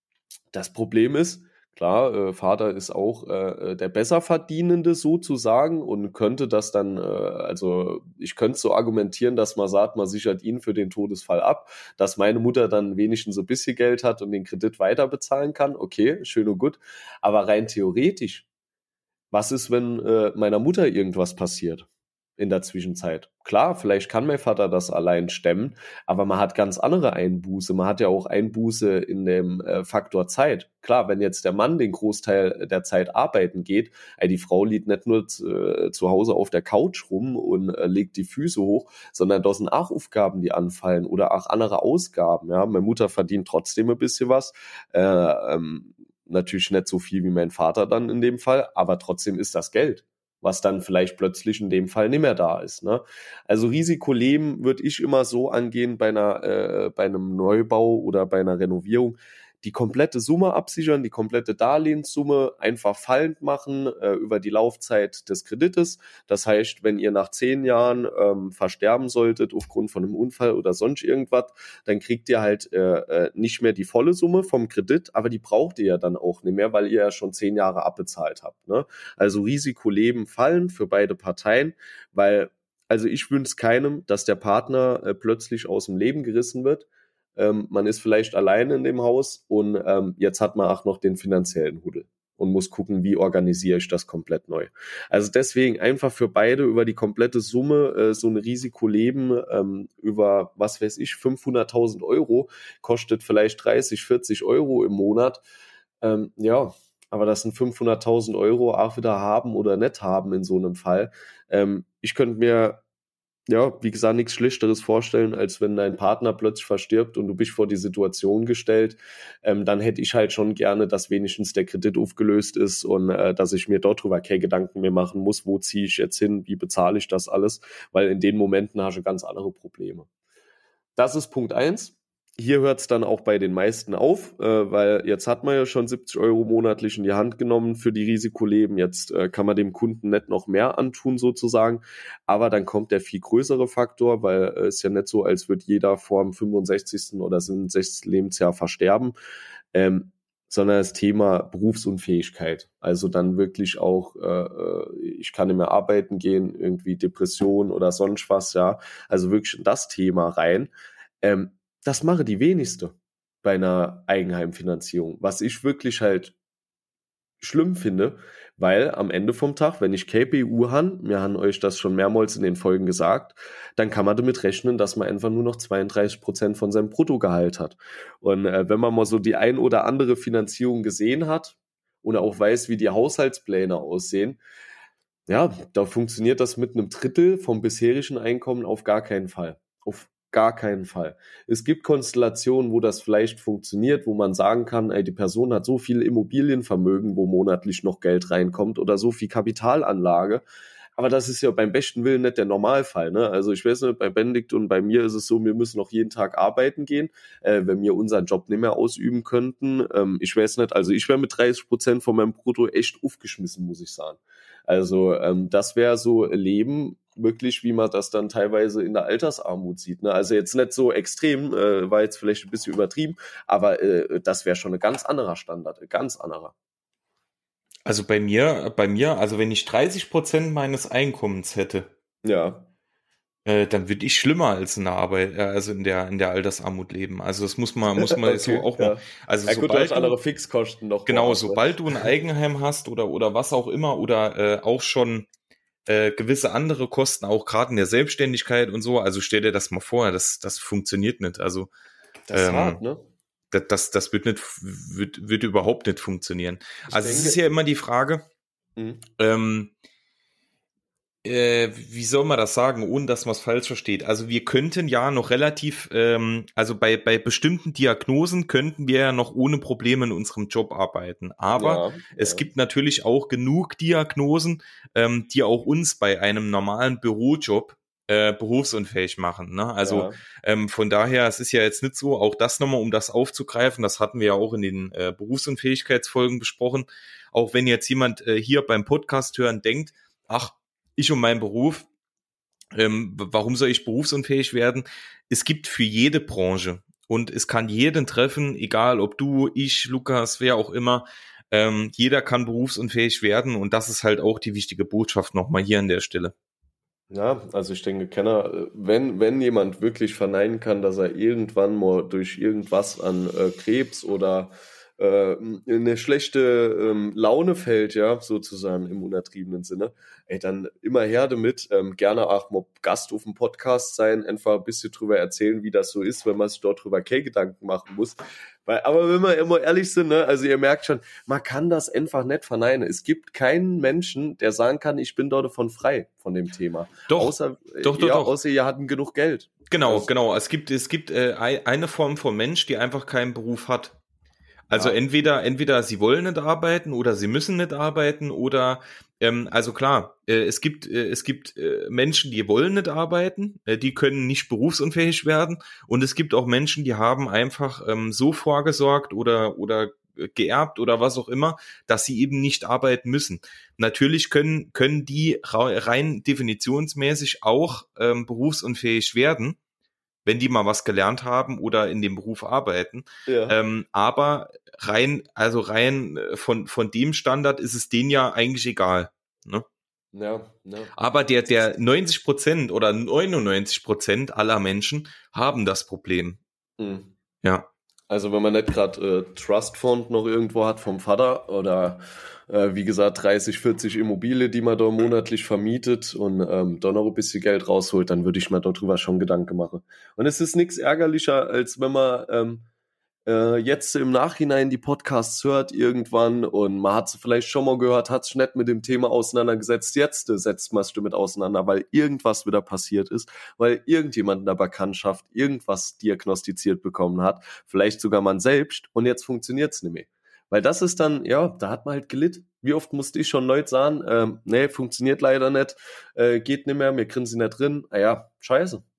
Das Problem ist, klar, äh, Vater ist auch äh, der Besserverdienende sozusagen und könnte das dann, äh, also ich könnte so argumentieren, dass man sagt, man sichert ihn für den Todesfall ab, dass meine Mutter dann wenigstens so ein bisschen Geld hat und den Kredit weiter bezahlen kann. Okay, schön und gut. Aber rein theoretisch, was ist, wenn äh, meiner Mutter irgendwas passiert in der Zwischenzeit? Klar, vielleicht kann mein Vater das allein stemmen, aber man hat ganz andere Einbuße. Man hat ja auch Einbuße in dem äh, Faktor Zeit. Klar, wenn jetzt der Mann den Großteil der Zeit arbeiten geht, äh, die Frau liegt nicht nur äh, zu Hause auf der Couch rum und äh, legt die Füße hoch, sondern da sind auch Aufgaben, die anfallen oder auch andere Ausgaben. Ja, meine Mutter verdient trotzdem ein bisschen was. Äh, ähm, Natürlich nicht so viel wie mein Vater dann in dem Fall, aber trotzdem ist das Geld, was dann vielleicht plötzlich in dem Fall nicht mehr da ist. Ne? Also Risikoleben würde ich immer so angehen bei einer, äh, bei einem Neubau oder bei einer Renovierung, die komplette Summe absichern, die komplette Darlehenssumme einfach fallend machen äh, über die Laufzeit des Kredites. Das heißt, wenn ihr nach zehn Jahren ähm, versterben solltet aufgrund von einem Unfall oder sonst irgendwas, dann kriegt ihr halt äh, nicht mehr die volle Summe vom Kredit, aber die braucht ihr ja dann auch nicht mehr, weil ihr ja schon zehn Jahre abbezahlt habt. Ne? Also Risikoleben fallen für beide Parteien, weil also ich wünsche keinem, dass der Partner äh, plötzlich aus dem Leben gerissen wird. Ähm, man ist vielleicht alleine in dem Haus und ähm, jetzt hat man auch noch den finanziellen Huddel und muss gucken, wie organisiere ich das komplett neu. Also deswegen einfach für beide über die komplette Summe äh, so ein Risikoleben ähm, über, was weiß ich, fünfhunderttausend Euro kostet vielleicht dreißig, vierzig Euro im Monat. Ähm, ja, aber das sind fünfhunderttausend Euro auch wieder haben oder nicht haben in so einem Fall. Ähm, ich könnte mir ja, wie gesagt, nichts Schlechteres vorstellen, als wenn dein Partner plötzlich verstirbt und du bist vor die Situation gestellt, ähm, dann hätte ich halt schon gerne, dass wenigstens der Kredit aufgelöst ist und äh, dass ich mir dort drüber keine Gedanken mehr machen muss, wo ziehe ich jetzt hin, wie bezahle ich das alles, weil in den Momenten hast du ganz andere Probleme. Das ist Punkt eins. hier hört es dann auch bei den meisten auf, äh, weil jetzt hat man ja schon siebzig Euro monatlich in die Hand genommen für die Risikoleben. Jetzt äh, kann man dem Kunden nicht noch mehr antun sozusagen. Aber dann kommt der viel größere Faktor, weil es äh, ist ja nicht so, als würde jeder vor dem fünfundsechzigsten oder siebenundsechzigsten Lebensjahr versterben, ähm, sondern das Thema Berufsunfähigkeit. Also dann wirklich auch, äh, ich kann nicht mehr arbeiten gehen, irgendwie Depression oder sonst was, ja. Also wirklich in das Thema rein. Ähm, Das mache die wenigste bei einer Eigenheimfinanzierung, was ich wirklich halt schlimm finde, weil am Ende vom Tag, wenn ich K P U habe, wir haben euch das schon mehrmals in den Folgen gesagt, dann kann man damit rechnen, dass man einfach nur noch zweiunddreißig Prozent von seinem Bruttogehalt hat. Und äh, wenn man mal so die ein oder andere Finanzierung gesehen hat oder auch weiß, wie die Haushaltspläne aussehen, ja, da funktioniert das mit einem Drittel vom bisherigen Einkommen auf gar keinen Fall. Auf gar keinen Fall. Es gibt Konstellationen, wo das vielleicht funktioniert, wo man sagen kann, ey, die Person hat so viel Immobilienvermögen, wo monatlich noch Geld reinkommt oder so viel Kapitalanlage. Aber das ist ja beim besten Willen nicht der Normalfall. Ne? Also ich weiß nicht, bei Benedikt und bei mir ist es so, wir müssen noch jeden Tag arbeiten gehen, äh, wenn wir unseren Job nicht mehr ausüben könnten. Ähm, ich weiß nicht, also ich wäre mit dreißig Prozent von meinem Brutto echt aufgeschmissen, muss ich sagen. Also ähm, das wäre so Leben, wirklich, wie man das dann teilweise in der Altersarmut sieht. Ne? Also jetzt nicht so extrem, äh, war jetzt vielleicht ein bisschen übertrieben, aber äh, das wäre schon ein ganz anderer Standard, ein ganz anderer. Also bei mir, bei mir, also wenn ich dreißig Prozent meines Einkommens hätte, Ja. äh, dann würde ich schlimmer als in der Arbeit, äh, also in der in der Altersarmut leben. Also das muss man muss man Okay, so auch ja. mal. Also Ja gut, du hast sobald andere du Fixkosten noch genau, woanders, ne? sobald du ein Eigenheim hast oder oder was auch immer oder äh, auch schon äh, gewisse andere Kosten, auch gerade in der Selbstständigkeit und so. Also stell dir das mal vor, das das funktioniert nicht. Also Das ist ähm, hart, ne? das das, das wird nicht wird wird überhaupt nicht funktionieren. Ich Also es denke, ist ja immer die Frage. mhm. Ähm, äh, wie soll man das sagen, ohne dass man es falsch versteht? Also wir könnten ja noch relativ, ähm, also bei, bei bestimmten Diagnosen könnten wir ja noch ohne Probleme in unserem Job arbeiten. Aber Ja, es ja. gibt natürlich auch genug Diagnosen, ähm, die auch uns bei einem normalen Bürojob äh, berufsunfähig machen. Ne? Also Ja. ähm, von daher, es ist ja jetzt nicht so, auch das nochmal, um das aufzugreifen, das hatten wir ja auch in den äh, Berufsunfähigkeitsfolgen besprochen. Auch wenn jetzt jemand äh, hier beim Podcast hören denkt, ach, ich und mein Beruf, ähm, warum soll ich berufsunfähig werden? Es gibt für jede Branche und es kann jeden treffen, egal ob du, ich, Lukas, wer auch immer, ähm, jeder kann berufsunfähig werden und das ist halt auch die wichtige Botschaft nochmal hier an der Stelle. Ja, also ich denke, Kenner, wenn, wenn jemand wirklich verneinen kann, dass er irgendwann mal durch irgendwas an äh, Krebs oder äh, in eine schlechte ähm, Laune fällt, ja, sozusagen im untertriebenen Sinne, ey, dann immer her damit, ähm, gerne auch mal Gast auf dem Podcast sein, einfach ein bisschen drüber erzählen, wie das so ist, wenn man sich dort drüber keine Gedanken machen muss. Weil, aber wenn wir immer ehrlich sind, ne, also ihr merkt schon, man kann das einfach nicht verneinen. Es gibt keinen Menschen, der sagen kann, ich bin dort davon frei von dem Thema. Doch, außer, doch, doch, ja, doch. außer ihr hatten genug Geld. Genau, Also, genau. Es gibt, es gibt äh, eine Form von Mensch, die einfach keinen Beruf hat. Also ja, entweder, entweder sie wollen nicht arbeiten oder sie müssen nicht arbeiten oder, ähm, also klar, äh, es gibt, äh, es gibt äh, Menschen, die wollen nicht arbeiten, äh, die können nicht berufsunfähig werden und es gibt auch Menschen, die haben einfach ähm, so vorgesorgt oder, oder geerbt oder was auch immer, dass sie eben nicht arbeiten müssen. Natürlich können, können die rein definitionsmäßig auch ähm, berufsunfähig werden, wenn die mal was gelernt haben oder in dem Beruf arbeiten. ja, Ähm, aber rein, also rein von, von dem Standard ist es denen ja eigentlich egal. Ne? ja, ja. Aber der, der neunzig Prozent oder neunundneunzig Prozent aller Menschen haben das Problem. Hm. Ja. Also wenn man nicht gerade äh, Trust Fund noch irgendwo hat vom Vater oder äh, wie gesagt dreißig, vierzig Immobilien, die man da monatlich vermietet und ähm, da noch ein bisschen Geld rausholt, dann würde ich mir darüber schon Gedanken machen. Und es ist nichts ärgerlicher, als wenn man ähm, äh, jetzt im Nachhinein die Podcasts hört irgendwann und man hat es vielleicht schon mal gehört, hat sich nicht mit dem Thema auseinandergesetzt. Jetzt äh, setzt man sich damit auseinander, weil irgendwas wieder passiert ist, weil irgendjemand in der Bekanntschaft irgendwas diagnostiziert bekommen hat, vielleicht sogar man selbst und jetzt funktioniert es nicht mehr. Weil das ist dann, ja, da hat man halt gelitten. Wie oft musste ich schon Leute sagen, ähm, nee, funktioniert leider nicht, äh, geht nicht mehr, wir kriegen sie nicht drin. Naja, scheiße.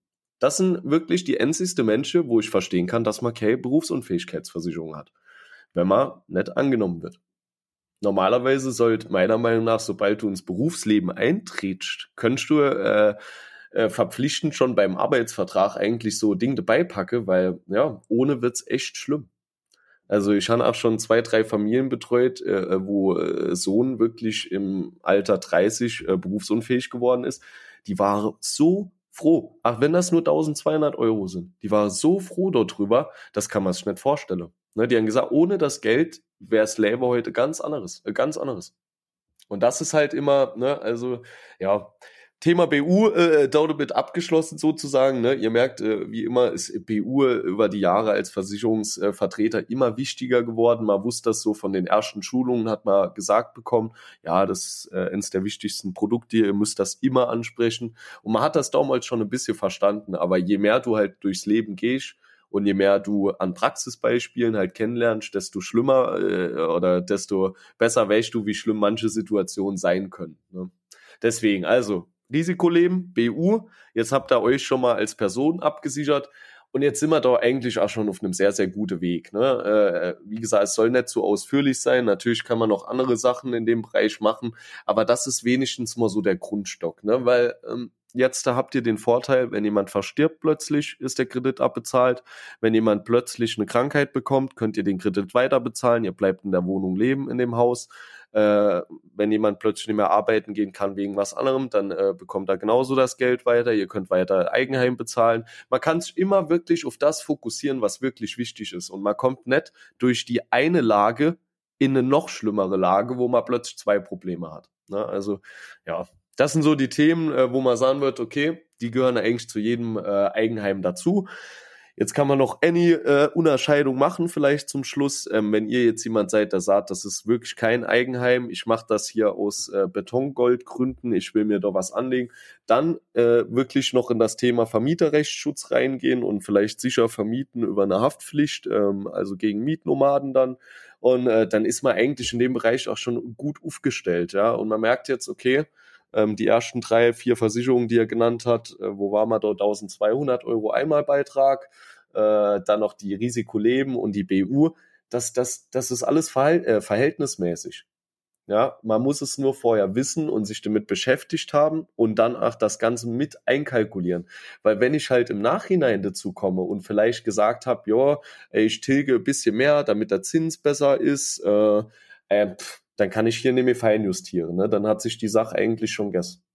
Das sind wirklich die einzigsten Menschen, wo ich verstehen kann, dass man keine Berufsunfähigkeitsversicherung hat, wenn man nicht angenommen wird. Normalerweise sollte meiner Meinung nach, sobald du ins Berufsleben eintrittst, kannst du äh, äh, verpflichtend schon beim Arbeitsvertrag eigentlich so Dinge dabei packen, weil ja, ohne wird's echt schlimm. Also ich habe auch schon zwei, drei Familien betreut, äh, wo äh, Sohn wirklich im Alter dreißig äh, berufsunfähig geworden ist. Die waren so froh, auch wenn das nur eintausendzweihundert Euro sind. Die waren so froh darüber, das kann man sich nicht vorstellen. Ne, die haben gesagt, ohne das Geld wäre das Leben heute ganz anderes, äh, ganz anderes. Und das ist halt immer, ne, also ja, Thema B U, äh, damit abgeschlossen sozusagen. Ne? Ihr merkt, äh, wie immer ist B U über die Jahre als Versicherungsvertreter immer wichtiger geworden. Man wusste das so von den ersten Schulungen, hat man gesagt bekommen, ja, das ist äh, eines der wichtigsten Produkte, ihr müsst das immer ansprechen. Und man hat das damals schon ein bisschen verstanden, aber je mehr du halt durchs Leben gehst und je mehr du an Praxisbeispielen halt kennenlernst, desto schlimmer äh, oder desto besser weißt du, wie schlimm manche Situationen sein können. Ne? Deswegen, also, Risikoleben, B U, jetzt habt ihr euch schon mal als Person abgesichert und jetzt sind wir da eigentlich auch schon auf einem sehr, sehr guten Weg. Ne? Äh, wie gesagt, es soll nicht so ausführlich sein, natürlich kann man noch andere Sachen in dem Bereich machen, aber das ist wenigstens mal so der Grundstock, ne? Weil ähm, jetzt da habt ihr den Vorteil, wenn jemand verstirbt plötzlich, ist der Kredit abbezahlt, wenn jemand plötzlich eine Krankheit bekommt, könnt ihr den Kredit weiter bezahlen, ihr bleibt in der Wohnung leben, in dem Haus. Äh, wenn jemand plötzlich nicht mehr arbeiten gehen kann wegen was anderem, dann äh, bekommt er genauso das Geld weiter. Ihr könnt weiter Eigenheim bezahlen. Man kann sich immer wirklich auf das fokussieren, was wirklich wichtig ist. Und man kommt nicht durch die eine Lage in eine noch schlimmere Lage, wo man plötzlich zwei Probleme hat. Ne? Also ja, das sind so die Themen, äh, wo man sagen wird, okay, die gehören eigentlich zu jedem äh, Eigenheim dazu. Jetzt kann man noch eine äh, Unterscheidung machen, vielleicht zum Schluss. Ähm, wenn ihr jetzt jemand seid, der sagt, das ist wirklich kein Eigenheim, ich mache das hier aus äh, Betongoldgründen, ich will mir da was anlegen, dann äh, wirklich noch in das Thema Vermieterrechtsschutz reingehen und vielleicht sicher vermieten über eine Haftpflicht, ähm, also gegen Mietnomaden dann. Und äh, dann ist man eigentlich in dem Bereich auch schon gut aufgestellt, ja. Und man merkt jetzt, okay, die ersten drei, vier Versicherungen, die er genannt hat, wo war man da eintausendzweihundert Euro Einmalbeitrag, äh, dann noch die Risikoleben und die B U, das, das, das ist alles verhält, äh, verhältnismäßig. Ja, man muss es nur vorher wissen und sich damit beschäftigt haben und dann auch das Ganze mit einkalkulieren. Weil wenn ich halt im Nachhinein dazu komme und vielleicht gesagt habe, ja, ich tilge ein bisschen mehr, damit der Zins besser ist, äh, äh, pff, dann kann ich hier nämlich feinjustieren. Ne? Dann hat sich die Sache eigentlich schon gegessen.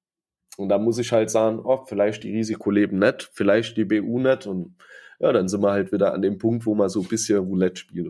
Und da muss ich halt sagen, oh, vielleicht die Risikoleben nicht, vielleicht die B U nicht. Und ja, dann sind wir halt wieder an dem Punkt, wo man so ein bisschen Roulette spielt.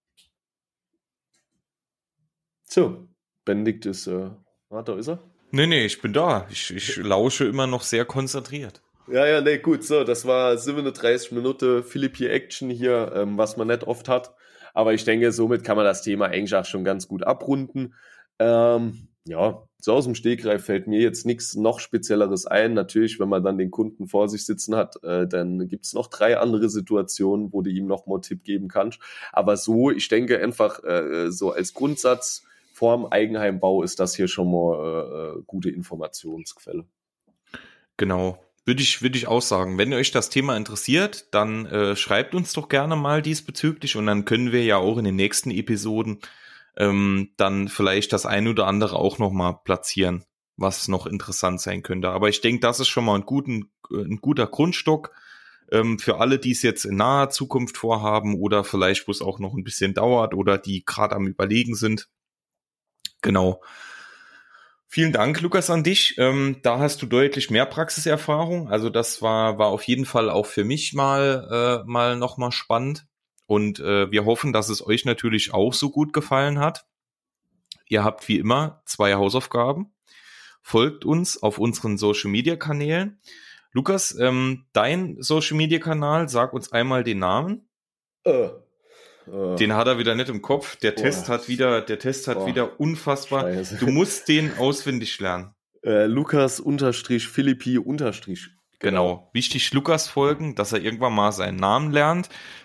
So, Benedikt ist, äh, ah, da ist er. Nee, nee, ich bin da. Ich, ich lausche immer noch sehr konzentriert. Ja, ja, nee, gut, so, das war siebenunddreißig Minuten Philippi Action hier, ähm, was man nicht oft hat. Aber ich denke, somit kann man das Thema eigentlich auch schon ganz gut abrunden. Ähm, ja, so aus dem Stegreif fällt mir jetzt nichts noch Spezielleres ein. Natürlich, wenn man dann den Kunden vor sich sitzen hat, äh, dann gibt's noch drei andere Situationen, wo du ihm noch mal einen Tipp geben kannst. Aber so, ich denke einfach, äh, so als Grundsatz vorm Eigenheimbau ist das hier schon mal äh, gute Informationsquelle. Genau. Würde ich, würde ich auch sagen, wenn euch das Thema interessiert, dann äh, schreibt uns doch gerne mal diesbezüglich und dann können wir ja auch in den nächsten Episoden ähm, dann vielleicht das ein oder andere auch noch mal platzieren, was noch interessant sein könnte. Aber ich denke, das ist schon mal ein, guten, ein guter Grundstock ähm, für alle, die es jetzt in naher Zukunft vorhaben oder vielleicht, wo es auch noch ein bisschen dauert oder die gerade am Überlegen sind. Genau. Vielen Dank, Lukas, an dich. Ähm, da hast du deutlich mehr Praxiserfahrung. Also das war war auf jeden Fall auch für mich mal äh, mal noch mal spannend. Und äh, wir hoffen, dass es euch natürlich auch so gut gefallen hat. Ihr habt wie immer zwei Hausaufgaben. Folgt uns auf unseren Social-Media-Kanälen. Lukas, ähm, dein Social-Media-Kanal, sag uns einmal den Namen. Äh. Den hat er wieder nicht im Kopf. Der Boah. Test hat wieder, der Test hat Boah. wieder unfassbar. Scheiße. Du musst den auswendig lernen. Äh, Lukas unterstrich Philippi unterstrich. Genau. Wichtig Lukas folgen, dass er irgendwann mal seinen Namen lernt.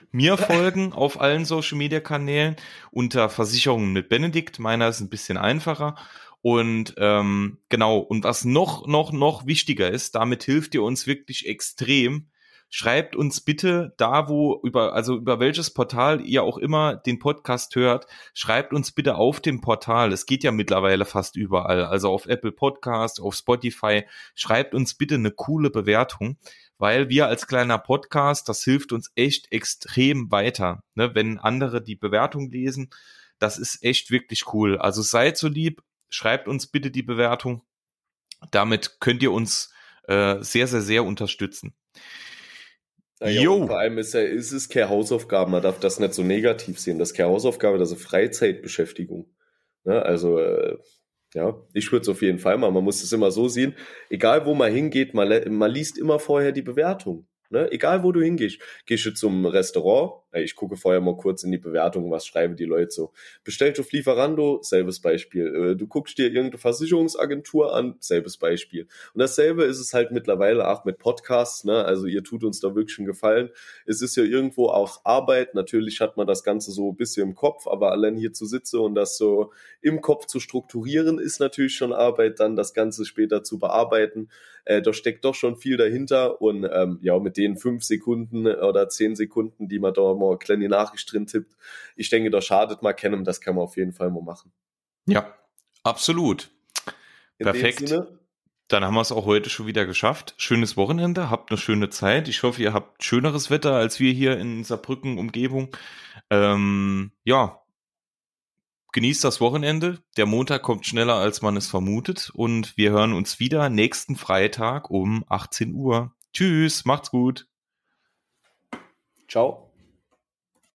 mir folgen auf allen Social-Media-Kanälen unter Versicherungen mit Benedikt. Meiner ist ein bisschen einfacher. Und ähm, genau, und was noch, noch, noch wichtiger ist, damit hilft ihr uns wirklich extrem. Schreibt uns bitte da, wo über, also über welches Portal ihr auch immer den Podcast hört, schreibt uns bitte auf dem Portal. Es geht ja mittlerweile fast überall, also auf Apple Podcast, auf Spotify. Schreibt uns bitte eine coole Bewertung, weil wir als kleiner Podcast, das hilft uns echt extrem weiter, ne? Wenn andere die Bewertung lesen, das ist echt wirklich cool. Also seid so lieb, schreibt uns bitte die Bewertung. Damit könnt ihr uns äh, sehr, sehr, sehr unterstützen. Ja, jo. Und vor allem ist, ja, ist es keine Hausaufgabe, man darf das nicht so negativ sehen. Das ist keine Hausaufgabe, das ist eine Freizeitbeschäftigung. Ne? Also, äh, ja, ich würde es auf jeden Fall mal. Man muss es immer so sehen, egal wo man hingeht, man, man liest immer vorher die Bewertung. Ne? Egal wo du hingehst. Gehst du zum Restaurant, ich gucke vorher mal kurz in die Bewertung, was schreiben die Leute so. Bestellst du auf Lieferando, selbes Beispiel. Du guckst dir irgendeine Versicherungsagentur an, selbes Beispiel. Und dasselbe ist es halt mittlerweile auch mit Podcasts, ne? Also ihr tut uns da wirklich einen Gefallen. Es ist ja irgendwo auch Arbeit, natürlich hat man das Ganze so ein bisschen im Kopf, aber allein hier zu sitzen und das so im Kopf zu strukturieren, ist natürlich schon Arbeit, dann das Ganze später zu bearbeiten. Äh, da steckt doch schon viel dahinter und ähm, ja, mit den fünf Sekunden oder zehn Sekunden, die man da mal eine kleine Nachricht drin tippt, ich denke, da schadet mal keinem, das kann man auf jeden Fall mal machen. Ja, absolut. In Perfekt. Dann haben wir es auch heute schon wieder geschafft. Schönes Wochenende, habt eine schöne Zeit. Ich hoffe, ihr habt schöneres Wetter als wir hier in Saarbrücken Umgebung. Ähm, ja, genießt das Wochenende. Der Montag kommt schneller, als man es vermutet. Und wir hören uns wieder nächsten Freitag um achtzehn Uhr. Tschüss, macht's gut. Ciao.